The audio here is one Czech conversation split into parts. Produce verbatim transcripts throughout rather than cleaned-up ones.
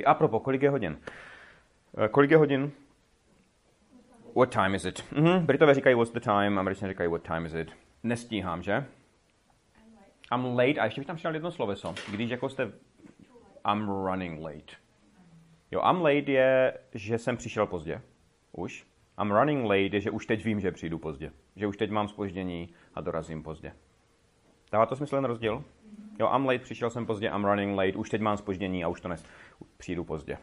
A propos, kolik je hodin? Uh, kolik je hodin? What time is it? Mhm, Britové říkají what's the time, Američané říkají what time is it. Nestíhám, že? I'm late. A ještě bych tam přidal jedno sloveso. Když jako jste... I'm running late. Jo, I'm late je, že jsem přišel pozdě. Už. I'm running late je, že už teď vím, že přijdu pozdě. Že už teď mám zpoždění a dorazím pozdě. Dává to smysl ten rozdíl? Jo, I'm late, přišel jsem pozdě, I'm running late, už teď mám zpoždění a už to nes... přijdu pozdě.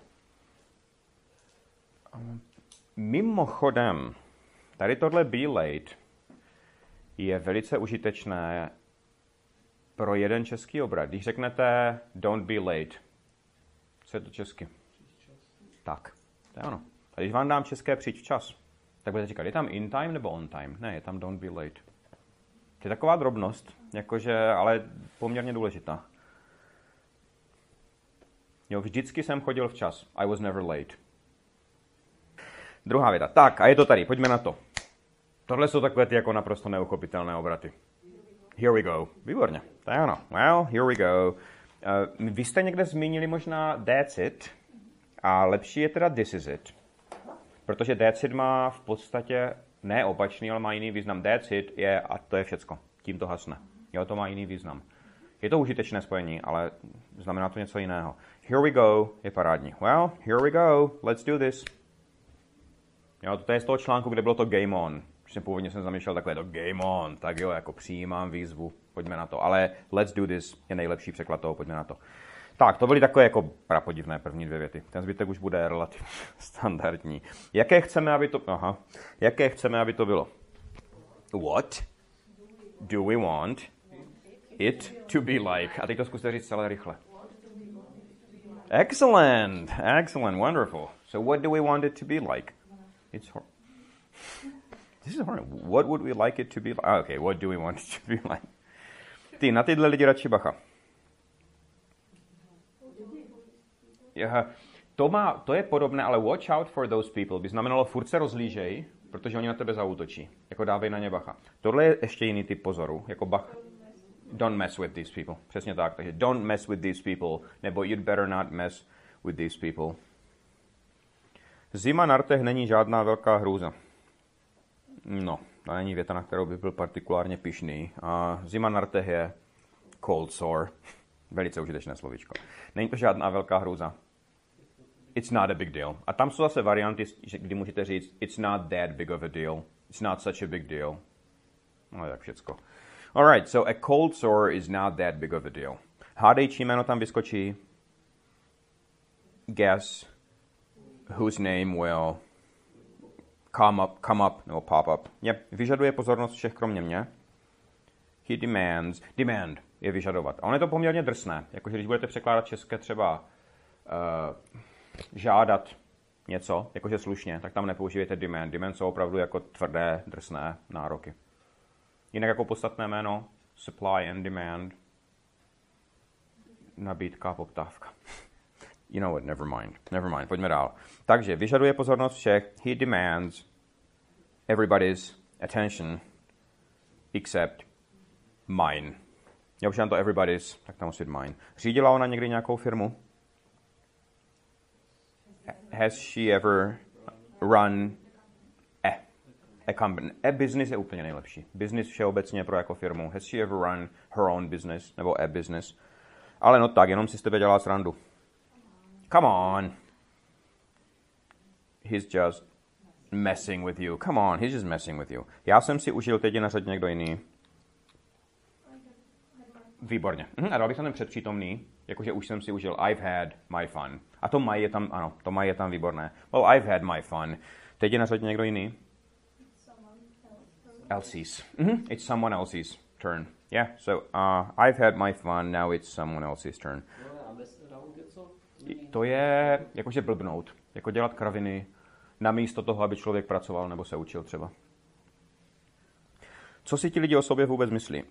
Mimochodem, tady tohle be late je velice užitečné pro jeden český obrat. Když řeknete don't be late, co je to česky? Tak, to je ono. A když vám dám české přijď včas, tak budete říkat, je tam in time nebo on time? Ne, je tam don't be late. To je taková drobnost, jakože, ale poměrně důležitá. Jo, vždycky jsem chodil včas. I was never late. Druhá věta. Tak, a je to tady, pojďme na to. Tohle jsou takové ty jako naprosto neuchopitelné obraty. Here we go. Výborně. To je ono. Well, here we go. Uh, vy jste někde zmínili možná that's it. A lepší je teda this is it. Protože that's it má v podstatě ne opačný, ale má jiný význam. That's it je a to je všecko. Tím to hasne. Jo, to má jiný význam. Je to užitečné spojení, ale znamená to něco jiného. Here we go je parádní. Well, here we go. Let's do this. Jo, to je z toho článku, kde bylo to game on. Protože původně jsem zamýšlel takové to game on. Tak jo, jako přijímám výzvu. Pojďme na to. Ale let's do this je nejlepší překlad toho. Pojďme na to. Tak, to byly takové jako prapodivné první dvě věty. Ten zbytek už bude relativně standardní. Jaké chceme, aby to... Aha. Jaké chceme, aby to bylo? What do we want it to be like? A teď to zkuste říct celé rychle. Excellent. Excellent. Wonderful. So what do we want it to be like? It's hard. This is hard. What would we like it to be like? Ah, okay, what do we want it to be like? Ty, na tyhle lidi radši bacha. Yeah. To, má, to je podobné, ale watch out for those people by znamenalo furt se rozlížej, protože oni na tebe zaútočí. Jako dávej na ně bacha. Tohle je ještě jiný typ pozoru. Jako bach. Don't mess with these people. Přesně tak. Takže don't mess with these people. Nebo you'd better not mess with these people. Zima na rtech není žádná velká hrůza. No, to není věta, na kterou by byl partikulárně pyšný. A zima na rtech je cold sore. Velice užitečné slovíčko. Není to žádná velká hrůza. It's not a big deal. A tam jsou zase varianty, kdy můžete říct it's not that big of a deal. It's not such a big deal. No tak všecko. Alright, so a cold sore is not that big of a deal. Hádej, čí jméno tam vyskočí. Guess whose name will come up, come up, nebo pop up. Yep, vyžaduje pozornost všech kromě mě. He demands, demand je vyžadovat. A on je to poměrně drsné. Jakože když budete překládat české třeba uh, žádat něco, jakože slušně, tak tam nepoužívejte demand. Demand jsou opravdu jako tvrdé, drsné nároky. Jinak jako podstatné jméno, supply and demand, nabídka a poptávka. You know what, never mind, never mind, pojďme dál. Takže vyžaduje pozornost všech, he demands everybody's attention except mine. Já už mám to everybody's, tak tam musí mine. Řídila ona někdy nějakou firmu? Has she ever run a, a company? A business je úplně nejlepší. Business všeobecně pro jako firmu. Has she ever run her own business? Nebo a business? Ale no tak, jenom si z tebe dělá srandu. Come on. He's just messing with you. Come on, he's just messing with you. Já jsem si užil, teď je na řadě někdo jiný. Výborně. Mhm, a dal bych tam ten předpřítomný, jakože už jsem si užil I've had my fun. A to my je tam, ano, to my je tam výborné. Well, I've had my fun. Teď je na řadě někdo jiný. Else's. Mhm, it's someone else's turn. Yeah, so uh, I've had my fun, now it's someone else's turn. To je jakože blbnout, jako dělat kraviny namísto toho, aby člověk pracoval nebo se učil třeba. Co si ti lidi o sobě vůbec myslí?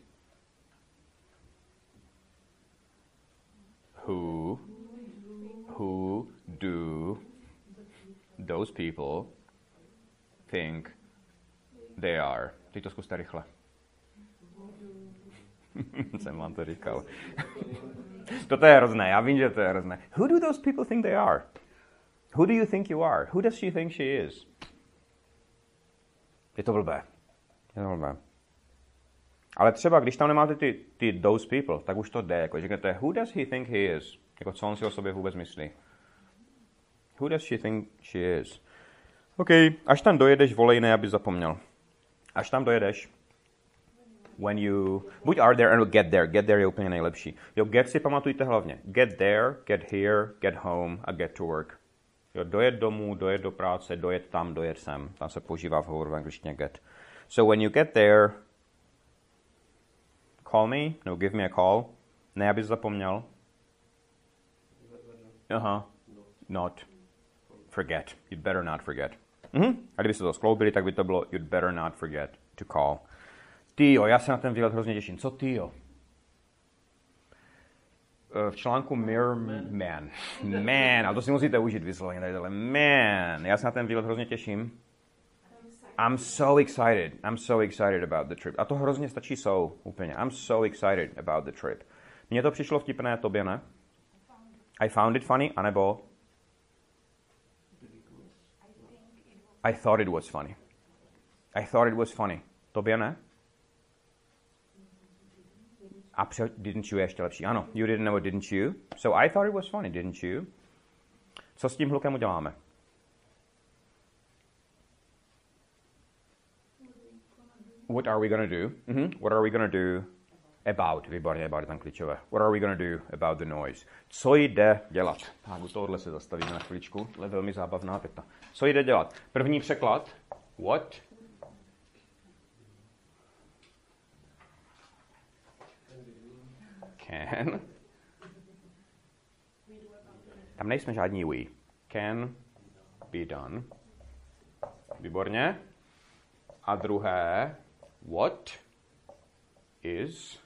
Who, who do those people think they are? Teď to zkuste rychle. Jsem vám to říkal. Toto je hrozné, já vím, že to je hrozné. Who do those people think they are? Who do you think you are? Who does she think she is? Je to blbé. Je to blbé. Ale třeba, když tam nemáte ty, ty those people, tak už to jde. Jako řeknete, who does he think he is? Jako co on si o sobě vůbec myslí? Who does she think she is? OK, až tam dojedeš, volej, ne, aby zapomněl. Až tam dojedeš, when you, buď are there and get there. Get there je úplně nejlepší. Jo, get si pamatujte hlavně. Get there, get here, get home a get to work. Jo, dojet domů, dojet do práce, dojet tam, dojet sem. Tam se používá v hovoru v angličtině get. So when you get there, call me, no, give me a call. Ne, abys zapomněl. Aha, not. Forget. You'd better not forget. Mhm. A kdyby se to skloubili, tak by to bylo you'd better not forget to call. Tyjo, já se na ten výlet hrozně těším. Co tyjo? V článku Mirror Man. Man, ale to si musíte užít vysloveně tady tohle. Man, já se na ten výlet hrozně těším. I'm so excited. I'm so excited about the trip. A to hrozně stačí so, úplně. I'm so excited about the trip. Mně to přišlo vtipné, tobě ne? I found it funny, anebo I thought it was funny. I thought it was funny. Tobě ne? A pře- didn't you je ještě lepší. Ano, you didn't nebo didn't you? So I thought it was funny, didn't you? Co s tím hlukem uděláme? What are we gonna do? Mm-hmm. What are we gonna do about? Výborně, about tam klíčové. What are we gonna do about the noise? Co jde dělat? Tak, u tohohle se zastavíme na chviličku. To je velmi zábavná věta. Co jde dělat? První překlad. What? Can. Tam nejsme žádní we. Can be done. Výborně. A druhé. What is.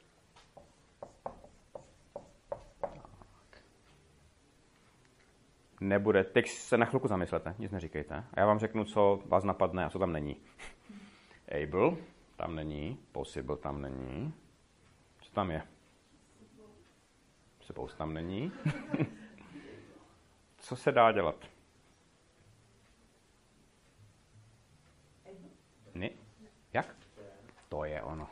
Nebude. Teď se na chvilku zamyslete, nic neříkejte. A já vám řeknu, co vás napadne a co tam není. Able, tam není. Possible, tam není. Co tam je? Suppose tam není. Co se dá dělat? Ne? Jak? To je ono.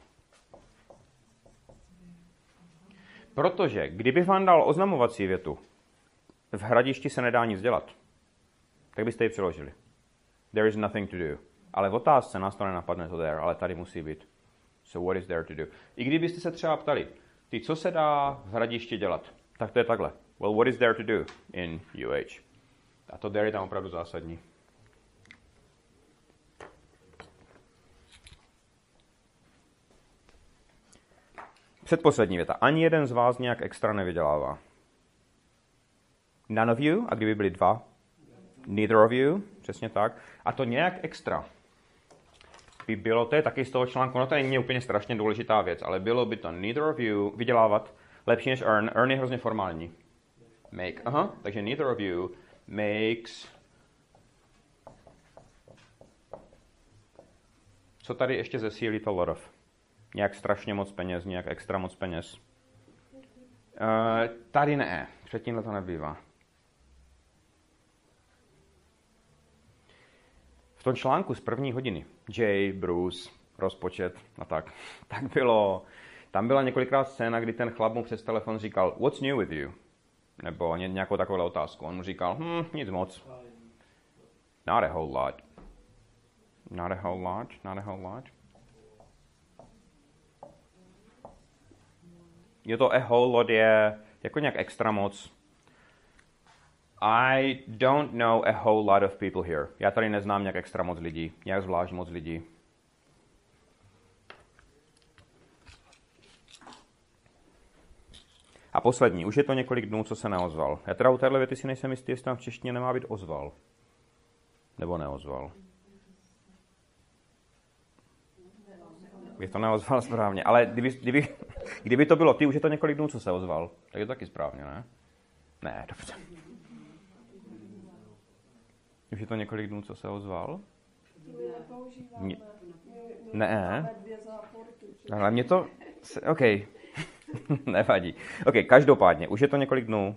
Protože kdybych vám dal oznamovací větu, v Hradišti se nedá nic dělat, tak byste ji přiložili. There is nothing to do. Ale v otázce nás to nenapadne to there, ale tady musí být. So what is there to do? I kdybyste se třeba ptali, ty, co se dá v Hradišti dělat, tak to je takhle. Well, what is there to do in U H? A to there je tam opravdu zásadní. Předposlední věta. Ani jeden z vás nějak extra nevydělává. None of you, a kdyby byli dva, neither of you, přesně tak. A to nějak extra by bylo, to je taky z toho článku, no to není úplně strašně důležitá věc, ale bylo by to neither of you, vydělávat, lepší než earn. Earn je hrozně formální. Make, aha, takže neither of you makes. Co tady ještě zesílí to lot of? Nějak strašně moc peněz, nějak extra moc peněz. Uh, tady ne, předtímhle to nebývá. V tom článku z první hodiny, Jay, Bruce, rozpočet a tak, tak bylo, tam byla několikrát scéna, kdy ten chlap mu přes telefon říkal, what's new with you? Nebo ně, nějakou takovou otázku. On mu říkal, hm, nic moc. Not a whole lot. Not a whole lot, not a whole lot. Je to a whole lot je jako nějak extra moc. I don't know a whole lot of people here. Já tady neznám nějak extra moc lidí, nějak zvlášť moc lidí. A poslední, už je to několik dnů, co se neozval. Já teda u téhle věty si nejsem jistý, jestli tam v češtině nemá být ozval. Nebo neozval. Bych to neozval správně, ale kdyby, kdyby, kdyby to bylo ty, už je to několik dnů, co se ozval, tak je to taky správně, ne? Ne, dobře. Už je to několik dnů, co se ozval? Mě, ne. Ale mě to... OK. Nevadí. OK, každopádně, už je to několik dnů.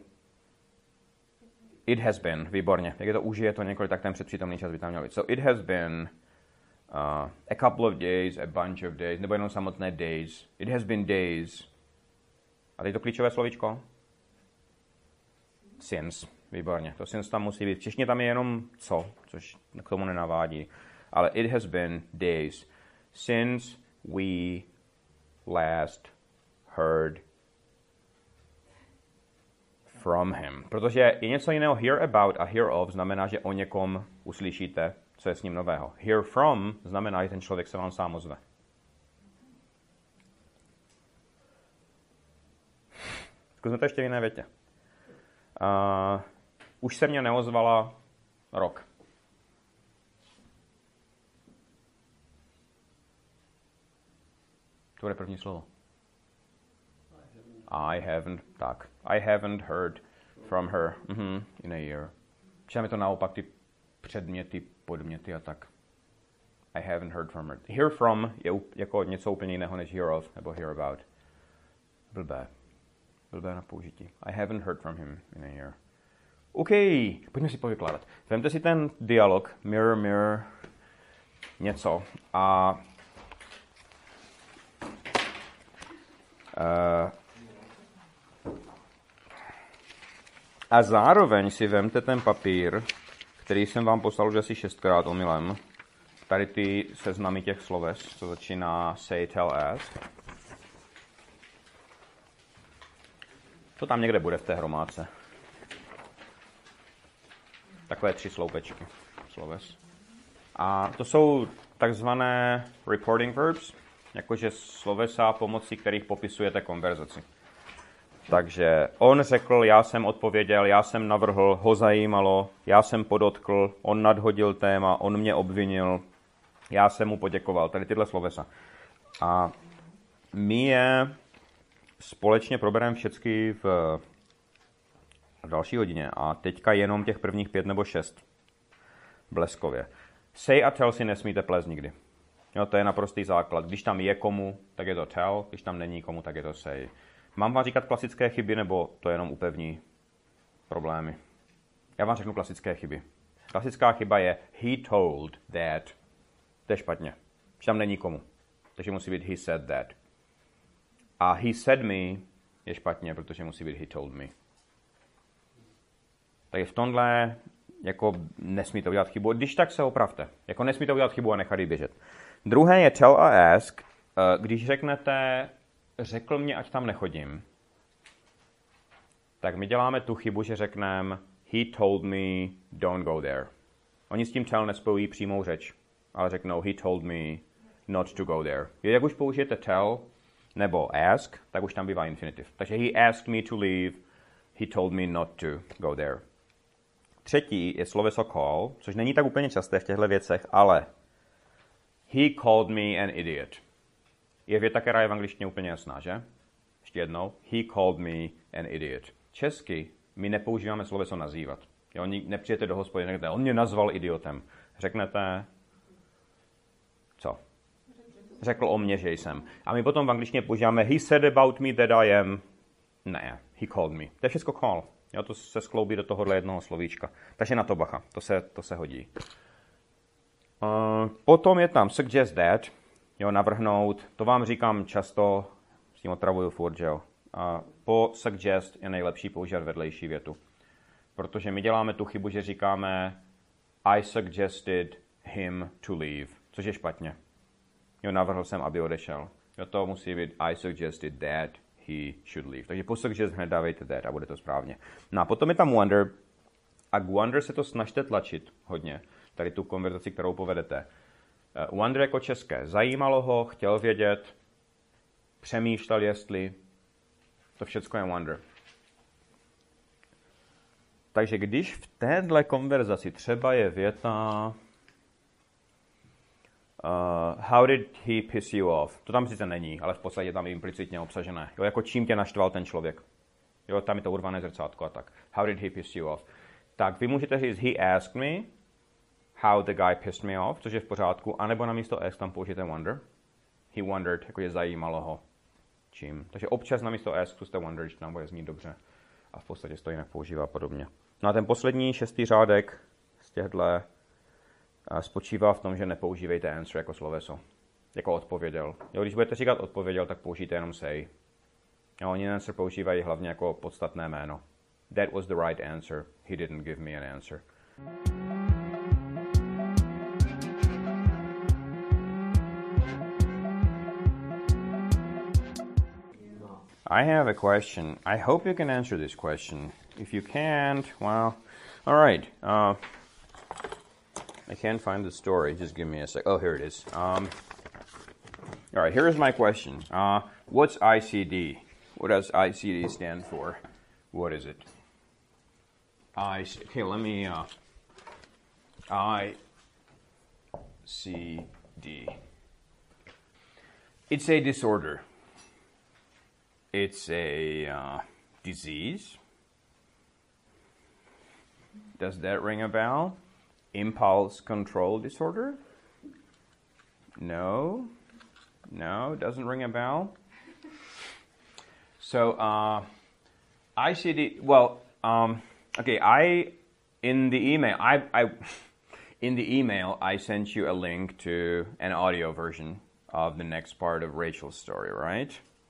It has been, výborně. Jak je to už je to několik, tak ten předpřítomný čas by tam měl být. So it has been uh, a couple of days, a bunch of days, nebo jenom samotné days. It has been days. A teď to klíčové slovíčko? Since. Výborně. To since tam musí být. V češtině tam je jenom co, což k tomu nenavádí. Ale it has been days since we last heard from him. Protože je něco jiného hear about a hear of znamená, že o někom uslyšíte, co je s ním nového. Hear from znamená, že ten člověk se vám sám ozve. Zkusme to ještě v jiné větě. Uh, už se mě neozvala rok. To bude první slovo. I haven't, tak. I haven't heard from her mm-hmm, in a year. Přijde mi to naopak ty předměty, podměty a tak. I haven't heard from her. Hear from je jako něco úplně jiného než hear of nebo hear about. Blbé. Blbé na použití. I haven't heard from him in a year. OK, pojďme si povykládat. Vemte si ten dialog, mirror, mirror, něco a uh, a zároveň si vemte ten papír, který jsem vám poslal už asi šestkrát omylem. Tady ty seznamy těch sloves, co začíná say, tell, ask. To tam někde bude v té hromádce. Takové tři sloupečky sloves. A to jsou takzvané reporting verbs, jakože slovesa, pomocí kterých popisujete konverzaci. Takže on řekl, já jsem odpověděl, já jsem navrhl, ho zajímalo, já jsem podotkl, on nadhodil téma, on mě obvinil, já jsem mu poděkoval. Tady tyhle slovesa. A my je společně probereme všechny v, v další hodině. A teďka jenom těch prvních pět nebo šest. Bleskově. Say a tell si nesmíte plést nikdy. Jo, to je naprostý základ. Když tam je komu, tak je to tell, když tam není komu, tak je to say. Mám vám říkat klasické chyby, nebo to jenom upevní problémy? Já vám řeknu klasické chyby. Klasická chyba je he told that. To je špatně. Když tam není komu. Takže musí být he said that. A he said me je špatně, protože musí být he told me. Takže v tomhle jako nesmíte udělat chybu. Když tak se opravte. Jako nesmíte udělat chybu a nechat ji běžet. Druhé je tell a ask. Když řeknete řekl mě, ať tam nechodím, tak my děláme tu chybu, že řekneme he told me don't go there. Oni s tím tell nespojují přímou řeč, ale řeknou he told me not to go there. Jak už použijete tell nebo ask, tak už tam bývá infinitiv. Takže he asked me to leave, he told me not to go there. Třetí je sloveso call, což není tak úplně časté v těchto věcech, ale he called me an idiot. Je věta, která je v angličtině úplně jasná, že? Ještě jednou. He called me an idiot. Česky my nepoužíváme sloveso nazývat. Jo, nepřijete do hospody, řeknete, on mě nazval idiotem. Řeknete, co? Řekl o mně, že jsem. A my potom v angličtině používáme he said about me that I am. Ne, he called me. To je všechno call. Jo, to se skloubí do tohohle jednoho slovíčka. Takže na to bacha. To se, to se hodí. Uh, potom je tam suggest that. Jo, navrhnout. To vám říkám často, s tím otravuju furt, že jo. Uh, po suggest je nejlepší používat vedlejší větu. Protože my děláme tu chybu, že říkáme I suggested him to leave, což je špatně. Jo, navrhl jsem, aby odešel. Jo, to musí být I suggested that he should leave. Takže po suggest hned dávejte that a bude to správně. No a potom je tam wonder. A k wonder se to snažte tlačit hodně. Tady tu konverzaci, kterou povedete. Uh, wonder jako české. Zajímalo ho, chtěl vědět, přemýšlel, jestli. To všecko je wonder. Takže když v téhle konverzaci třeba je věta uh, how did he piss you off? To tam sice není, ale v podstatě tam je implicitně obsažené. Jo, jako čím tě naštval ten člověk. Jo, tam je to urvané zrcátko a tak. How did he piss you off? Tak vy můžete říct he asked me how the guy pissed me off, což je v pořádku, anebo na místo ask tam použijete wonder. He wondered, jako je zajímalo ho, čím. Takže občas namísto S zkuste wonder, že nám bude znít dobře. A v podstatě se to jinak používá podobně. No a ten poslední šestý řádek z těchto spočívá v tom, že nepoužívejte answer jako sloveso. Jako odpověděl. Jo, když budete říkat odpověděl, tak použijte jenom say. Jo, oni answer používají hlavně jako podstatné jméno. That was the right answer. He didn't give me an answer. I have a question. I hope you can answer this question. If you can't, well, all right. Uh, I can't find the story. Just give me a sec. Oh, here it is. Um, all right, here's my question. Uh, what's I C D? What does I C D stand for? What is it? I okay. Let me. Uh, I C D. It's a disorder. It's a uh, disease. Does that ring a bell? Impulse control disorder? No. No, doesn't ring a bell. So, uh, I C D, well, um, okay, I, in the email, I, I, in the email, I sent you a link to an audio version of the next part of Rachel's story, right?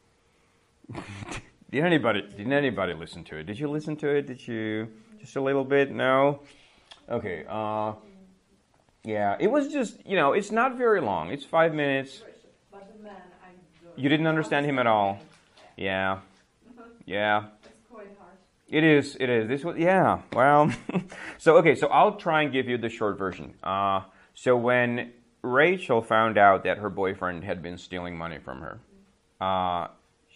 Did anybody, did anybody listen to it? Did you listen to it? Did you, just a little bit? No? Okay, uh, yeah, it was just, you know, it's not very long. It's five minutes. You didn't understand him at all? Yeah. Yeah. It's quite hard. It is, it is. This was, yeah, well, so, okay, so I'll try and give you the short version. Uh, so when Rachel found out that her boyfriend had been stealing money from her, uh,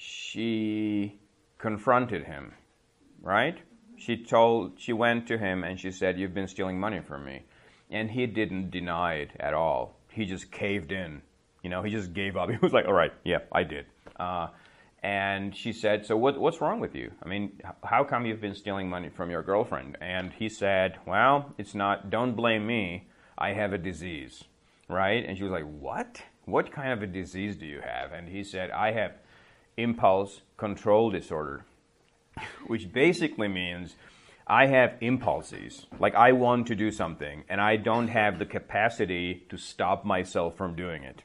she confronted him, right? She told, she went to him and she said, "You've been stealing money from me." And he didn't deny it at all. He just caved in. You know, he just gave up. He was like, "All right, yeah, I did." Uh, and she said, "So what, what's wrong with you? I mean, how come you've been stealing money from your girlfriend?" And he said, "Well, it's not, don't blame me. I have a disease," right? And she was like, "What? What kind of a disease do you have?" And he said, "I have impulse control disorder," which basically means I have impulses. Like I want to do something, and I don't have the capacity to stop myself from doing it.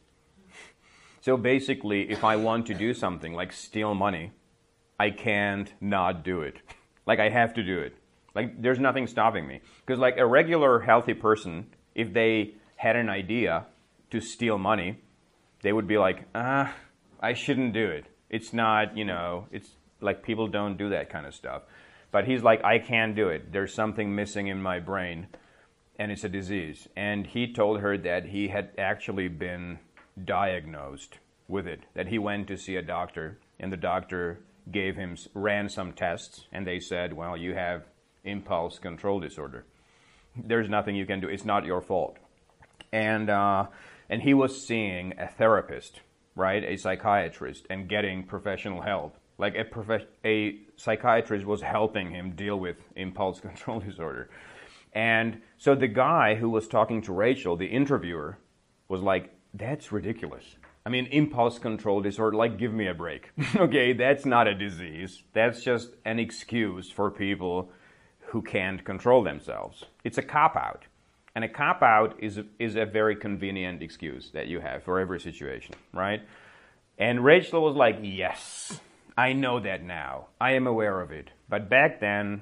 So basically, if I want to do something like steal money, I can't not do it. Like I have to do it. Like there's nothing stopping me. Because like a regular healthy person, if they had an idea to steal money, they would be like, ah, I shouldn't do it. It's not, you know, it's like people don't do that kind of stuff. But he's like, I can't do it. There's something missing in my brain, and it's a disease. And he told her that he had actually been diagnosed with it, that he went to see a doctor, and the doctor gave him, ran some tests, and they said, well, you have impulse control disorder. There's nothing you can do. It's not your fault. And uh, and he was seeing a therapist, right, a psychiatrist, and getting professional help. Like a, prof- a psychiatrist was helping him deal with impulse control disorder. And so the guy who was talking to Rachel, the interviewer, was like, that's ridiculous. I mean, impulse control disorder, like, give me a break. Okay, that's not a disease. That's just an excuse for people who can't control themselves. It's a cop-out. And a cop-out is a, is a very convenient excuse that you have for every situation, right? And Rachel was like, yes, I know that now. I am aware of it. But back then,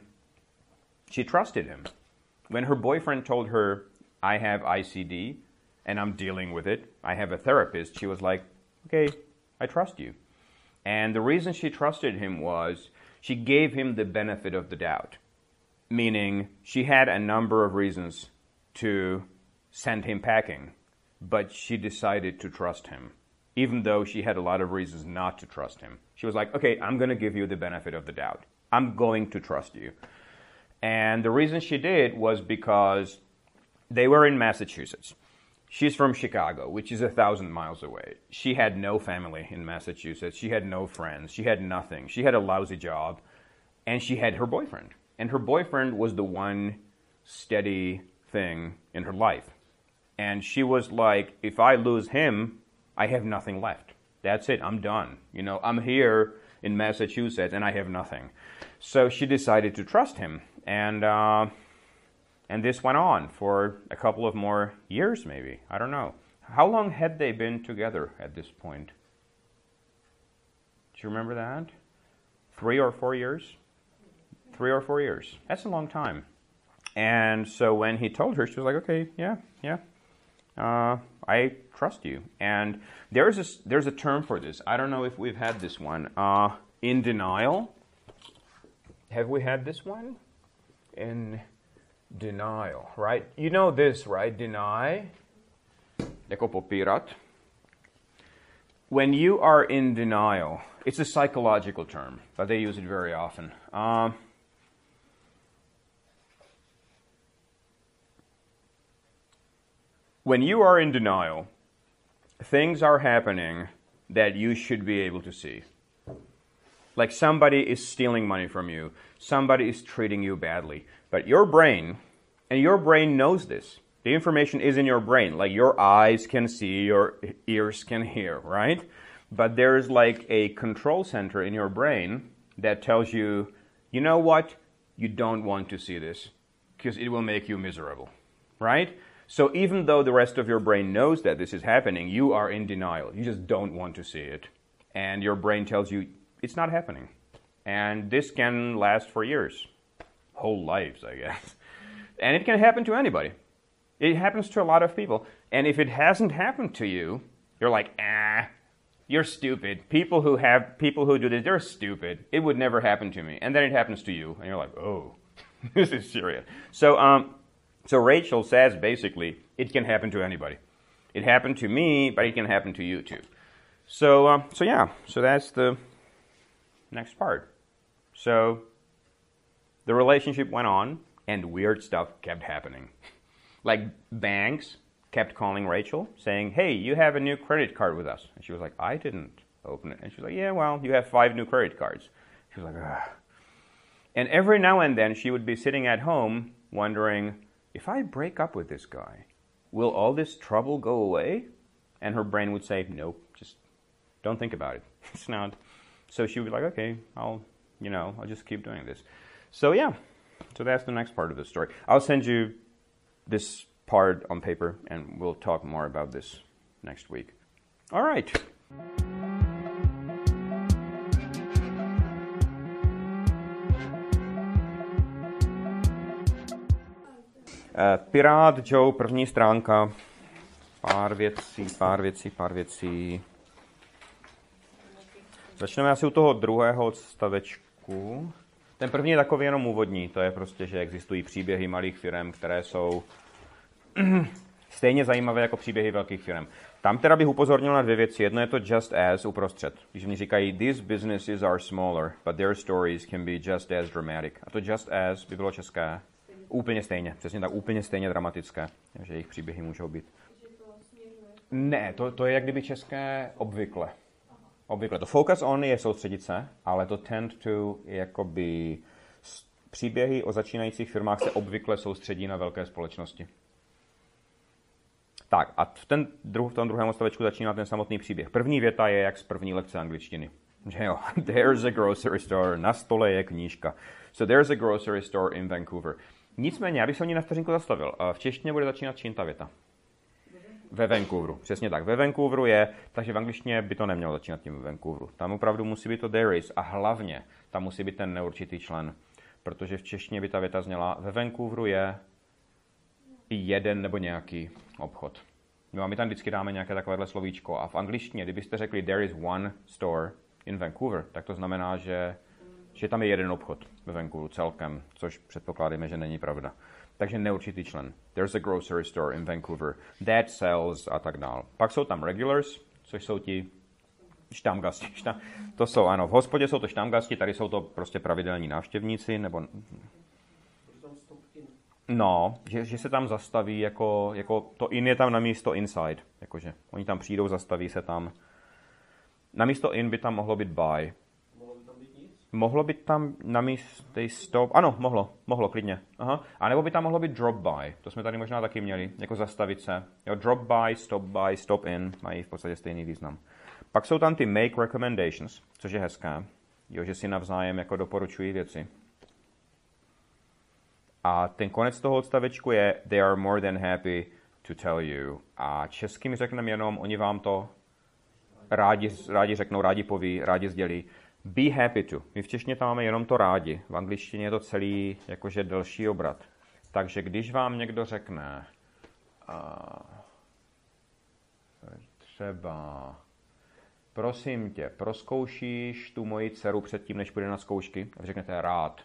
she trusted him. When her boyfriend told her, I have I C D, and I'm dealing with it, I have a therapist, she was like, okay, I trust you. And the reason she trusted him was she gave him the benefit of the doubt, meaning she had a number of reasons to send him packing, but she decided to trust him, even though she had a lot of reasons not to trust him. She was like, okay, I'm going to give you the benefit of the doubt. I'm going to trust you. And the reason she did was because they were in Massachusetts. She's from Chicago, which is a thousand miles away. She had no family in Massachusetts. She had no friends. She had nothing. She had a lousy job, and she had her boyfriend. And her boyfriend was the one steady thing in her life. And she was like, if I lose him, I have nothing left. That's it. I'm done. You know, I'm here in Massachusetts and I have nothing. So she decided to trust him. And uh, and this went on for a couple of more years, maybe. I don't know. How long had they been together at this point? Do you remember that? Three or four years? Three or four years. That's a long time. And so when he told her, she was like, okay, yeah, yeah. Uh, I trust you. And there's a, there's a term for this. I don't know if we've had this one. Uh, in denial. Have we had this one? In denial, right? You know this, right? Deny. Jako popírat. When you are in denial, it's a psychological term, but they use it very often. Uh, when you are in denial, things are happening that you should be able to see. Like somebody is stealing money from you, somebody is treating you badly, but your brain, and your brain knows this. The information is in your brain, like your eyes can see, your ears can hear, right? But there's like a control center in your brain that tells you, you know what? You don't want to see this because it will make you miserable, right? So even though the rest of your brain knows that this is happening, you are in denial. You just don't want to see it. And your brain tells you it's not happening. And this can last for years, whole lives, I guess. And it can happen to anybody. It happens to a lot of people. And if it hasn't happened to you, you're like, ah, you're stupid. People who have people who do this, they're stupid. It would never happen to me. And then it happens to you, and you're like, oh, this is serious. So, um, so Rachel says basically, it can happen to anybody. It happened to me, but it can happen to you too. So, um, so yeah. So that's the next part. So the relationship went on, and weird stuff kept happening. Like banks kept calling Rachel saying, hey, you have a new credit card with us. And she was like, I didn't open it. And she was like, yeah, well, you have five new credit cards. She was like, ugh. And every now and then she would be sitting at home wondering, if I break up with this guy, will all this trouble go away? And her brain would say, nope, just don't think about it. It's not. So she would be like, okay, I'll, you know, I'll just keep doing this. So yeah, so that's the next part of the story. I'll send you this part on paper, and we'll talk more about this next week. All right. Uh, Pirát Joe, první stránka. Pár věcí, pár věcí, pár věcí. Začneme asi u toho druhého odstavečku. Ten první je takový jenom úvodní. To je prostě, že existují příběhy malých firem, které jsou stejně zajímavé jako příběhy velkých firm. Tam teda bych upozornil na dvě věci. Jedno je to just as uprostřed. Když mi říkají, these businesses are smaller, but their stories can be just as dramatic. A to just as by bylo české. Úplně stejně. Přesně tak, úplně stejně dramatické. Že jejich příběhy můžou být. Ne, to, to je jak kdyby české obvykle. Obvykle. To focus on je soustředit se, ale to tend to je jakoby příběhy o začínajících firmách se obvykle soustředí na velké společnosti. Tak a v, ten druh, v tom druhém odstavečku začíná ten samotný příběh. První věta je jak z první lekce angličtiny. Že jo, there's a grocery store, na stole je knížka. So there's a grocery store in Vancouver. Nicméně, já bych se o ní na vteřinku zastavil. V češtině bude začínat čím ta věta? Ve Vancouveru, přesně tak. Ve Vancouveru je, takže v angličtině by to nemělo začínat tím ve Vancouveru. Tam opravdu musí být to there is a hlavně tam musí být ten neurčitý člen. Protože v češtině by ta věta zněla, ve Vancouveru je jeden nebo nějaký obchod. No a my tam vždycky dáme nějaké takovéhle slovíčko. A v angličtině, kdybyste řekli there is one store in Vancouver, tak to znamená, že, že tam je jeden obchod ve Vancouveru celkem, což předpokládáme, že není pravda. Takže neurčitý člen. There's a grocery store in Vancouver that sells a tak dál. Pak jsou tam regulars, což jsou ti štamgasti. Šta, to jsou, ano, v hospodě jsou to štamgasti, tady jsou to prostě pravidelní návštěvníci, nebo... No, že, že se tam zastaví, jako, jako to in je tam na místo inside. Jakože oni tam přijdou, zastaví se tam. Na místo in by tam mohlo být by. Mohlo by tam být nic? Mohlo by tam na místě stop, ano, mohlo, mohlo, klidně. Aha. A nebo by tam mohlo být drop by, to jsme tady možná taky měli, jako zastavit se. Jo, drop by, stop by, stop in, mají v podstatě stejný význam. Pak jsou tam ty make recommendations, což je hezké, jo, že si navzájem jako doporučují věci. A ten konec toho odstavečku je they are more than happy to tell you. A česky mi řekneme jenom, oni vám to rádi, rádi řeknou, rádi poví, rádi sdělí. Be happy to. My v češtině tam máme jenom to rádi. V angličtině je to celý jakože delší obrat. Takže když vám někdo řekne uh, třeba prosím tě, prozkoušíš tu moji dceru předtím, než půjde na zkoušky, a vy řeknete rád.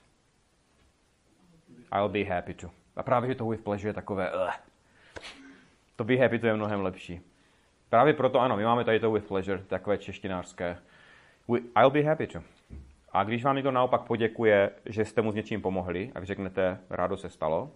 I'll be happy to. A právě, že to with pleasure je takové uh. To be happy to je mnohem lepší. Právě proto ano, my máme tady to with pleasure, takové češtinářské. I'll be happy to. A když vám někdo naopak poděkuje, že jste mu s něčím pomohli, a vy řeknete, rádo se stalo.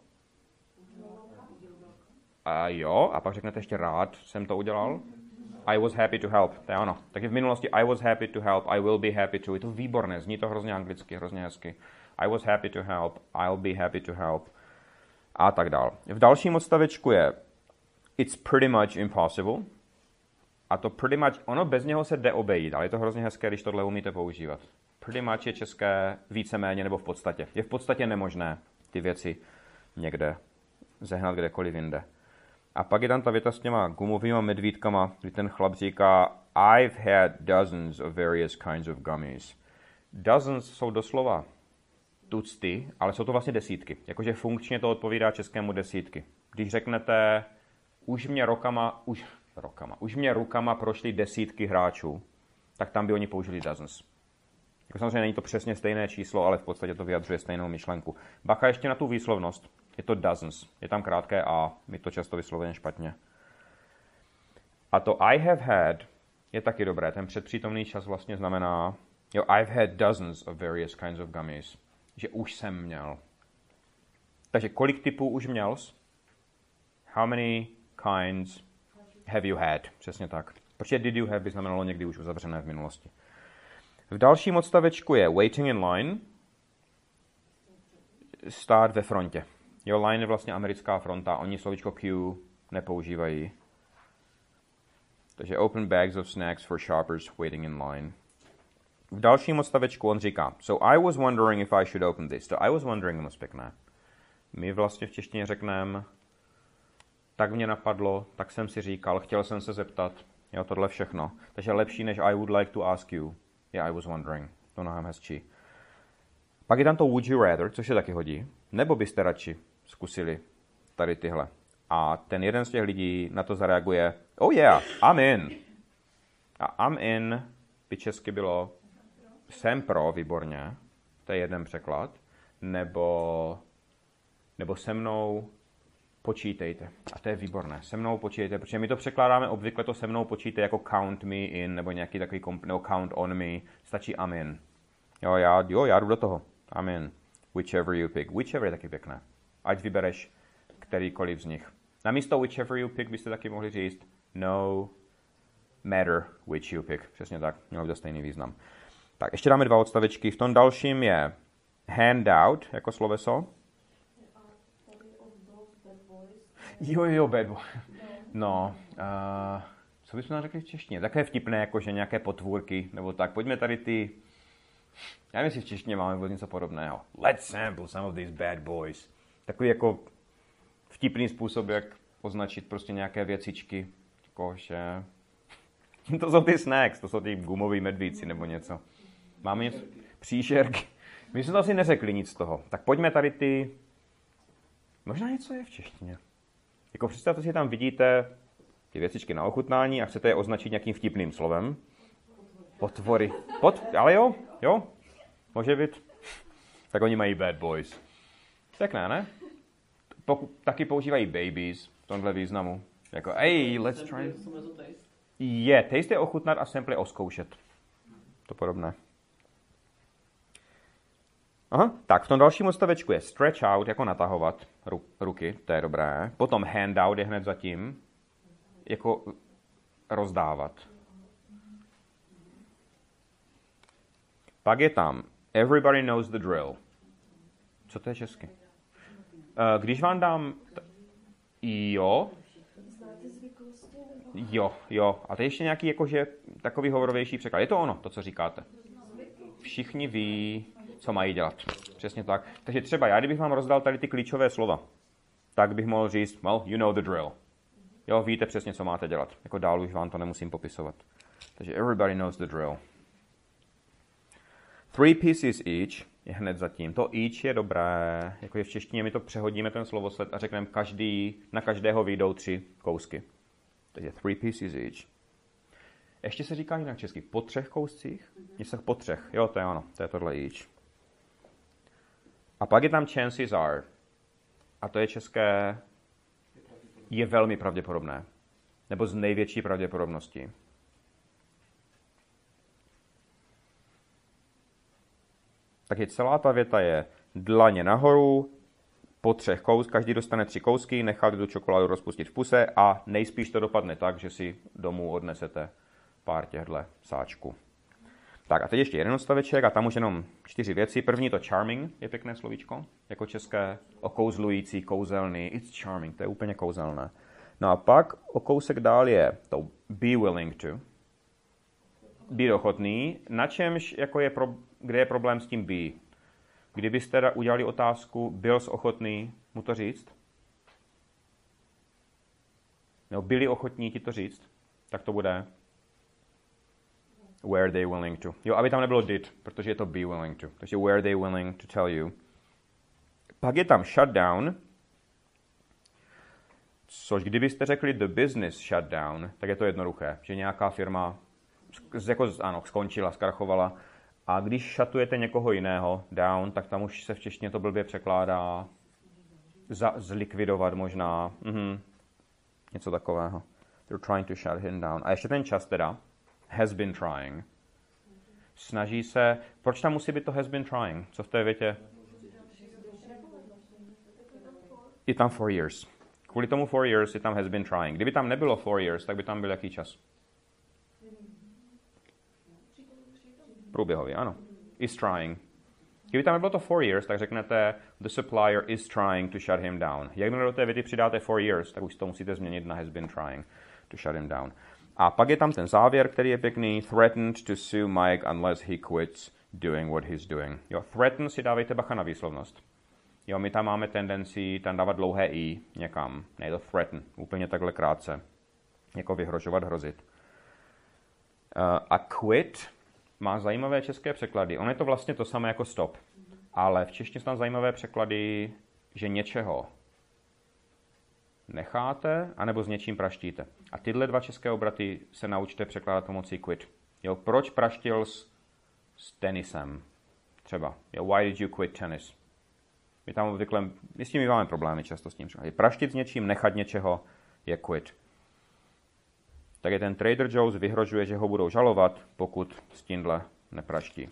A jo, a pak řeknete ještě rád jsem to udělal. I was happy to help. To je ono. Takže v minulosti I was happy to help, I will be happy to. Je to výborné, zní to hrozně anglicky, hrozně hezky. I was happy to help, I'll be happy to help. A tak dál. V dalším odstavečku je it's pretty much impossible. A to pretty much, ono bez něho se jde obejít, ale je to hrozně hezké, když tohle umíte používat. Pretty much je české víceméně nebo v podstatě. Je v podstatě nemožné ty věci někde zehnat kdekoliv jinde. A pak je tam ta věta s těma gumovýma medvídkama, kdy ten chlap říká I've had dozens of various kinds of gummies. Dozens jsou doslova tucty, ale jsou to vlastně desítky. Jakože funkčně to odpovídá českému desítky. Když řeknete už mě rokama, už, rokama, už mě rukama prošly desítky hráčů, tak tam by oni použili dozens. Jako samozřejmě není to přesně stejné číslo, ale v podstatě to vyjadřuje stejnou myšlenku. Bacha ještě na tu výslovnost. Je to dozens. Je tam krátké a, my to často vyslovujeme špatně. A to I have had je taky dobré. Ten předpřítomný čas vlastně znamená, jo, I've had dozens of various kinds of gummies. Že už jsem měl. Takže kolik typů už měl? How many kinds have you had? Přesně tak. Protože did you have by znamenalo někdy už uzavřené v minulosti. V dalším odstavečku je waiting in line. Stát ve frontě. Jo, line je vlastně americká fronta. Oni slovíčko queue nepoužívají. Takže open bags of snacks for shoppers waiting in line. V dalším odstavečku on říká so I was wondering if I should open this. To I was wondering je moc pěkné. My vlastně v češtině řekneme tak mě napadlo, tak jsem si říkal, chtěl jsem se zeptat. Jo, tohle všechno. Takže lepší než I would like to ask you. Yeah, I was wondering. To mnohem hezčí. Pak je tam to would you rather, což se taky hodí. Nebo byste radši zkusili tady tyhle. A ten jeden z těch lidí na to zareaguje oh yeah, I'm in. A I'm in by česky bylo jsem pro, výborně. To je jeden překlad. Nebo, nebo se mnou počítejte. A to je výborné. Se mnou počítejte, protože my to překládáme obvykle to se mnou počítejte jako count me in, nebo nějaký takový komp- nebo count on me. Stačí I'm in. Jo, já, jo, já jdu do toho. I'm in. Whichever you pick. Whichever je taky pěkné. Ať vybereš kterýkoliv z nich. Namísto whichever you pick byste taky mohli říct no matter which you pick. Přesně tak. Mělo by to stejný význam. Tak, ještě dáme dva odstavečky. V tom dalším je handout jako sloveso. Jo, jo, bad boy. No, uh, co bychom řekli v češtině? Také vtipné, jako že nějaké potvůrky, nebo tak. Pojďme tady ty, já nevím, jestli v češtině máme vůbec něco podobného. Let's sample some of these bad boys. Takový jako vtipný způsob, jak označit prostě nějaké věcičky. Jako, že... To jsou ty snacks, to jsou ty gumoví medvíci nebo něco. Máme něco? Příšerky. My jsme to asi neřekli nic z toho. Tak pojďme tady ty... Možná něco je v češtině. Jako představte si, tam vidíte ty věcičky na ochutnání a chcete je označit nějakým vtipným slovem. Potvory. Pot, ale jo, jo, může být. Tak oni mají bad boys. Pěkné, ne? Poku, taky používají babies v tomhle významu. Jako, hey, let's try. Je, taste je ochutnat a sample je oskoušet. To podobné. Aha, tak v tom dalším odstavečku je stretch out, jako natahovat ru, ruky, to je dobré. Potom handout je hned zatím, jako rozdávat. Pak je tam Everybody knows the drill. Co to je česky? Uh, když vám dám... T- jo. Jo, jo. A to je ještě nějaký jakože takový hovorovější překlad. Je to ono, to, co říkáte. Všichni ví, co mají dělat. Přesně tak. Takže třeba já, kdybych vám rozdal tady ty klíčové slova, tak bych mohl říct, well, you know the drill. Jo, víte přesně, co máte dělat. Jako dál už vám to nemusím popisovat. Takže everybody knows the drill. Three pieces each je hned zatím. To each je dobré. Jako je v češtině, my to přehodíme ten slovosled a řekneme, každý, na každého vyjdou tři kousky. Takže three pieces each. Ještě se říká jinak česky. Po třech kouscích? Něco po třech. Jo, to je ono. To je tohle each. A pak je tam chances are. A to je české je velmi pravděpodobné. Nebo z největší pravděpodobností. Takže celá ta věta je dlaně nahoru, po třech kous, každý dostane tři kousky, nechali tu čokoládu rozpustit v puse a nejspíš to dopadne tak, že si domů odnesete pár těchto sáčků. Tak a teď ještě jeden odstaveček a tam už jenom čtyři věci. První to charming, je pěkné slovíčko, jako české okouzlující, kouzelný. It's charming, to je úplně kouzelné. No a pak o kousek dál je to be willing to, být ochotný, na čemž, jako je pro, kde je problém s tím be. Kdybyste teda udělali otázku, byl jsi ochotný mu to říct? No, byli ochotní ti to říct? Tak to bude were they willing to. Jo, aby tam nebylo did, protože je to be willing to. Takže were they willing to tell you. Pak je tam shut down, což kdybyste řekli the business shut down, tak je to jednoduché, že nějaká firma jako, ano, skončila, zkrachovala. A když šatujete někoho jiného down, tak tam už se v češtině to blbě překládá za, zlikvidovat možná. Mhm. Něco takového. They're trying to shut him down. A ještě ten čas teda. Has been trying. Snaží se... Proč tam musí být to has been trying? Co v té větě? Je tam four years. Kvůli tomu four years je tam has been trying. Kdyby tam nebylo four years, tak by tam byl jaký čas? Průběhový, ano. Is trying. Kdyby tam nebylo to four years, tak řeknete the supplier is trying to shut him down. Jakmile do té věty přidáte four years, tak už to musíte změnit na has been trying to shut him down. A pak je tam ten závěr, který je pěkný. Threatened to sue Mike unless he quits doing what he's doing. Jo, threaten si dávejte bacha na výslovnost. Jo, my tam máme tendenci tam dávat dlouhé i někam. Ne, to threaten. Úplně takhle krátce. Jako vyhrožovat, hrozit. Uh, a quit má zajímavé české překlady. On je to vlastně to samé jako stop. Ale v češtině jsou tam zajímavé překlady, že něčeho necháte, anebo s něčím praštíte. A tyhle dva české obraty se naučte překládat pomocí quit. Jo, proč praštil s, s tenisem? Třeba. Jo, why did you quit tennis? My tam obvykle, my s tím máme problémy často s tím. Praštit s něčím, nechat něčeho je quit. Tak je ten Trader Joe's vyhrožuje, že ho budou žalovat, pokud s tímhle nepraští.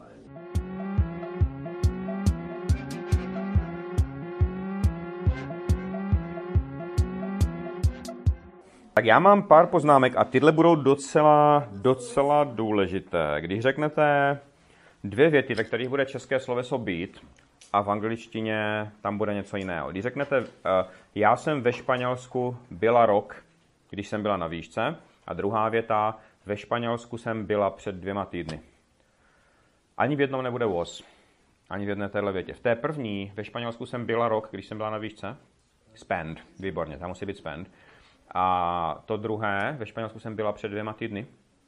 Tak já mám pár poznámek a tyhle budou docela, docela důležité. Když řeknete dvě věty, ve kterých bude české sloveso být a v angličtině tam bude něco jiného. Když řeknete, uh, já jsem ve Španělsku byla rok, když jsem byla na výšce, a druhá věta, ve Španělsku jsem byla před dvěma týdny. Ani v jednom nebude was. Ani v jedné téhle větě. V té první, ve Španělsku jsem byla rok, když jsem byla na výšce. Spend. Výborně, tam musí být spend. A to druhé, ve Španělsku jsem byla před dvěma týdny.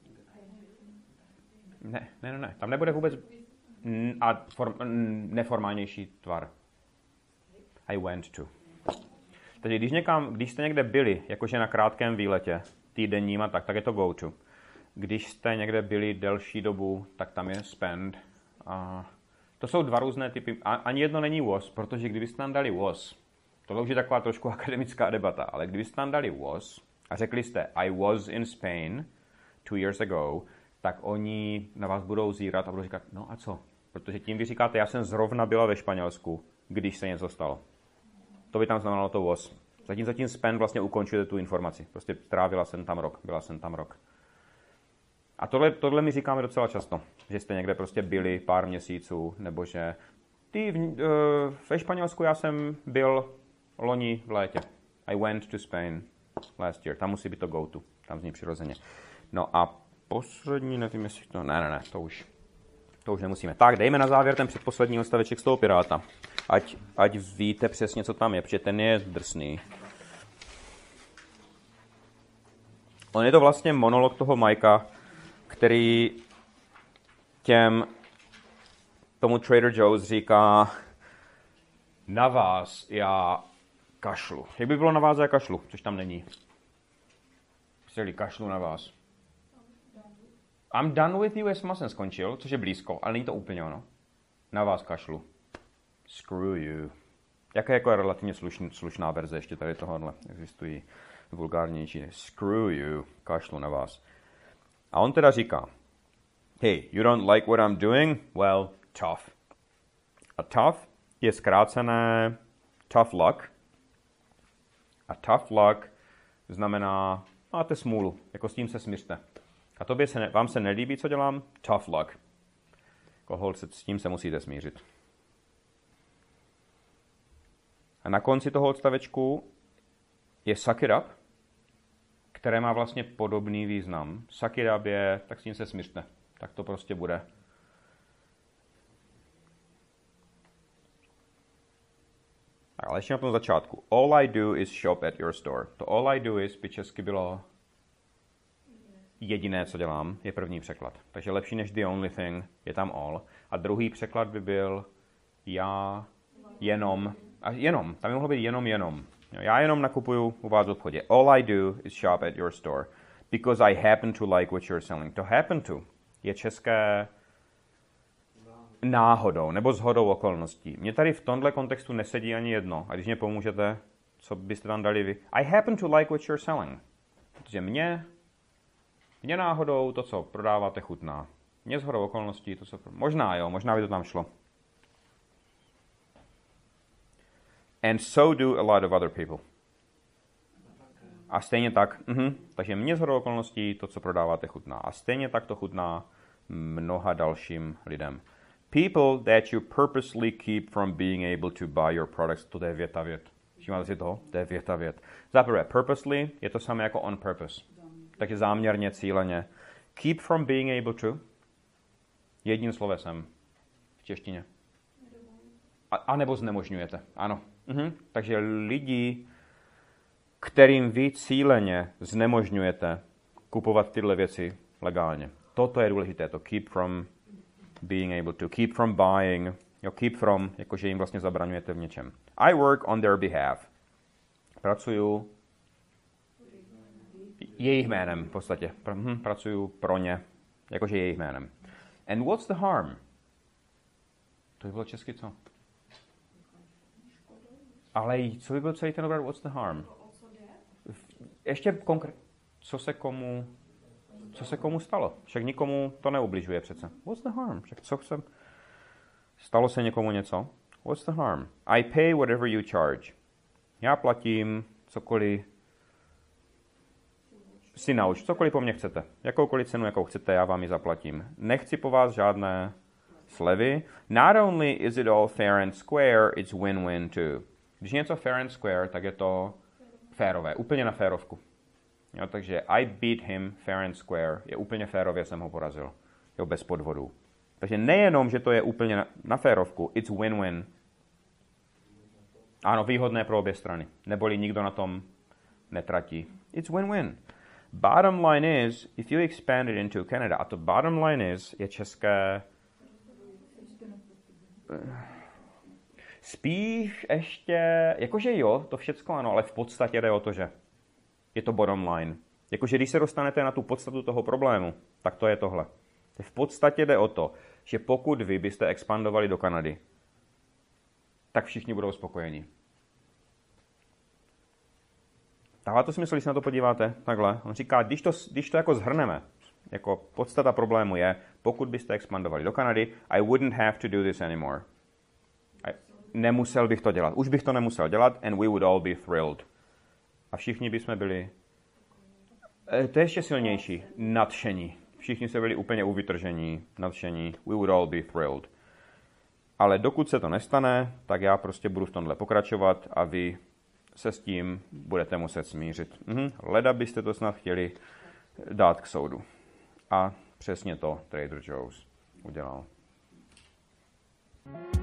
Ne, ne, ne, ne. Tam nebude vůbec a form, neformálnější tvar. I went to. Takže když, někam, když jste někde byli, jakože na krátkém výletě, týdenním a tak, tak je to go to. Když jste někde byli delší dobu, tak tam je spend. A to jsou dva různé typy. A, ani jedno není was, protože kdybyste tam dali was, tohle už je taková trošku akademická debata, ale kdybyste tam dali was a řekli jste I was in Spain two years ago, tak oni na vás budou zírat a budou říkat, no a co? Protože tím vy říkáte, já jsem zrovna byla ve Španělsku, když se něco stalo. To by tam znamenalo to was. Zatím zatím spend vlastně ukončuje tu informaci. Prostě trávila jsem tam rok, byla jsem tam rok. A tohle, tohle mi říkáme docela často, že jste někde prostě byli pár měsíců, nebo že ty v, uh, ve Španělsku já jsem byl loni v létě. I went to Spain last year. Tam musí být to go to. Tam zní přirozeně. No a poslední, nevím, jestli to... Ne, ne, ne, to už, to už nemusíme. Tak, dejme na závěr ten předposlední odstaveček z toho Piráta. Ať, ať víte přesně, co tam je, protože ten je drsný. On je to vlastně monolog toho Mikea, který těm tomu Trader Joe's říká: na vás já kašlu. Jak by bylo na vás já kašlu, což tam není. Celý kašlu na vás. I'm done with you, jestli jsem skončil, což je blízko, ale není to úplně ono. Na vás kašlu. Screw you. Jaká je jako relativně slušný, slušná verze ještě tady tohohle? Existují vulgárnější. Screw you. Kašlu na vás. A on teda říká: hey, you don't like what I'm doing? Well, tough. A tough je zkrácené tough luck. A tough luck znamená máte smůlu, jako s tím se smiřte. A tobě se ne, vám se nelíbí, co dělám? Tough luck. Jako hold, s tím se musíte smířit. A na konci toho odstavečku je suck it up, které má vlastně podobný význam. Suck it up je, tak s tím se smířte. Tak to prostě bude. Ale ještě na tom začátku. All I do is shop at your store. To all I do is by česky bylo jediné, co dělám, je první překlad. Takže lepší než the only thing je tam all. A druhý překlad by byl já jenom. A jenom. Tam by mohlo být jenom jenom. Já jenom nakupuju u vás v obchodě. All I do is shop at your store. Because I happen to like what you're selling. To happen to je české náhodou nebo shodou okolností. Mně tady v tomhle kontextu nesedí ani jedno. A když mě pomůžete, co byste tam dali vy? I happen to like what you're selling. Protože mě, mě náhodou to, co prodáváte, chutná. Mně shodou okolností to, co... Možná jo, možná by to tam šlo. And so do a lot of other people. A stejně tak, uh-huh, takže mně shodou okolností to, co prodáváte, chutná. A stejně tak to chutná mnoha dalším lidem. People that you purposely keep from being able to buy your products. To je věta vět. Všímáte si toho? To je věta vět. Zaprvé, purposely je to samé jako on purpose. Takže záměrně, cíleně. Keep from being able to. Jedním slovesem v češtině. A, a nebo znemožňujete. Ano. Mhm. Takže lidi, kterým vy cíleně znemožňujete kupovat tyhle věci legálně. Toto je důležité. To keep from being able to. Keep from buying. Jo, keep from, jakože jim vlastně zabraňujete v něčem. I work on their behalf. Pracuju jejich jménem v podstatě. Hm, pracuju pro ně, jakože jejich jménem. And what's the harm? To by bylo česky co? Ale co by byl celý ten obrat what's the harm? Ještě konkrétně, co se komu, co se komu stalo? Však nikomu to neubližuje přece. What's the harm? Však co chcem? Stalo se někomu něco? What's the harm? I pay whatever you charge. Já platím cokoliv si nauč, cokoliv po mně chcete. Jakoukoliv cenu, jakou chcete, já vám ji zaplatím. Nechci po vás žádné slevy. Not only is it all fair and square, it's win-win too. Když je něco fair and square, tak je to férové, úplně na férovku. Jo, takže I beat him fair and square, je úplně férově, jsem ho porazil. Jo, bez podvodů. Takže nejenom, že to je úplně na, na férovku, it's win-win. Ano, výhodné pro obě strany. Neboli nikdo na tom netratí. It's win-win. Bottom line is, if you expand it into Canada, a to bottom line is, je české... Spíš ještě, jakože jo, to všecko ano, ale v podstatě jde o to, že je to bottom line. Jakože když se dostanete na tu podstatu toho problému, tak to je tohle. V podstatě jde o to, že pokud vy byste expandovali do Kanady, tak všichni budou spokojení. Dává to smysl, když se na to podíváte takhle. On říká, když to, když to jako zhrneme, jako podstata problému je, pokud byste expandovali do Kanady, I wouldn't have to do this anymore. I, nemusel bych to dělat. Už bych to nemusel dělat and we would all be thrilled. A všichni bychom byli, to je ještě silnější, nadšení. všichni se byli úplně uvytržení, nadšení, we would all be thrilled. Ale dokud se to nestane, tak já prostě budu v tomhle pokračovat a vy se s tím budete muset smířit. Mhm. Leda byste to snad chtěli dát k soudu. A přesně to Trader Joe's udělal.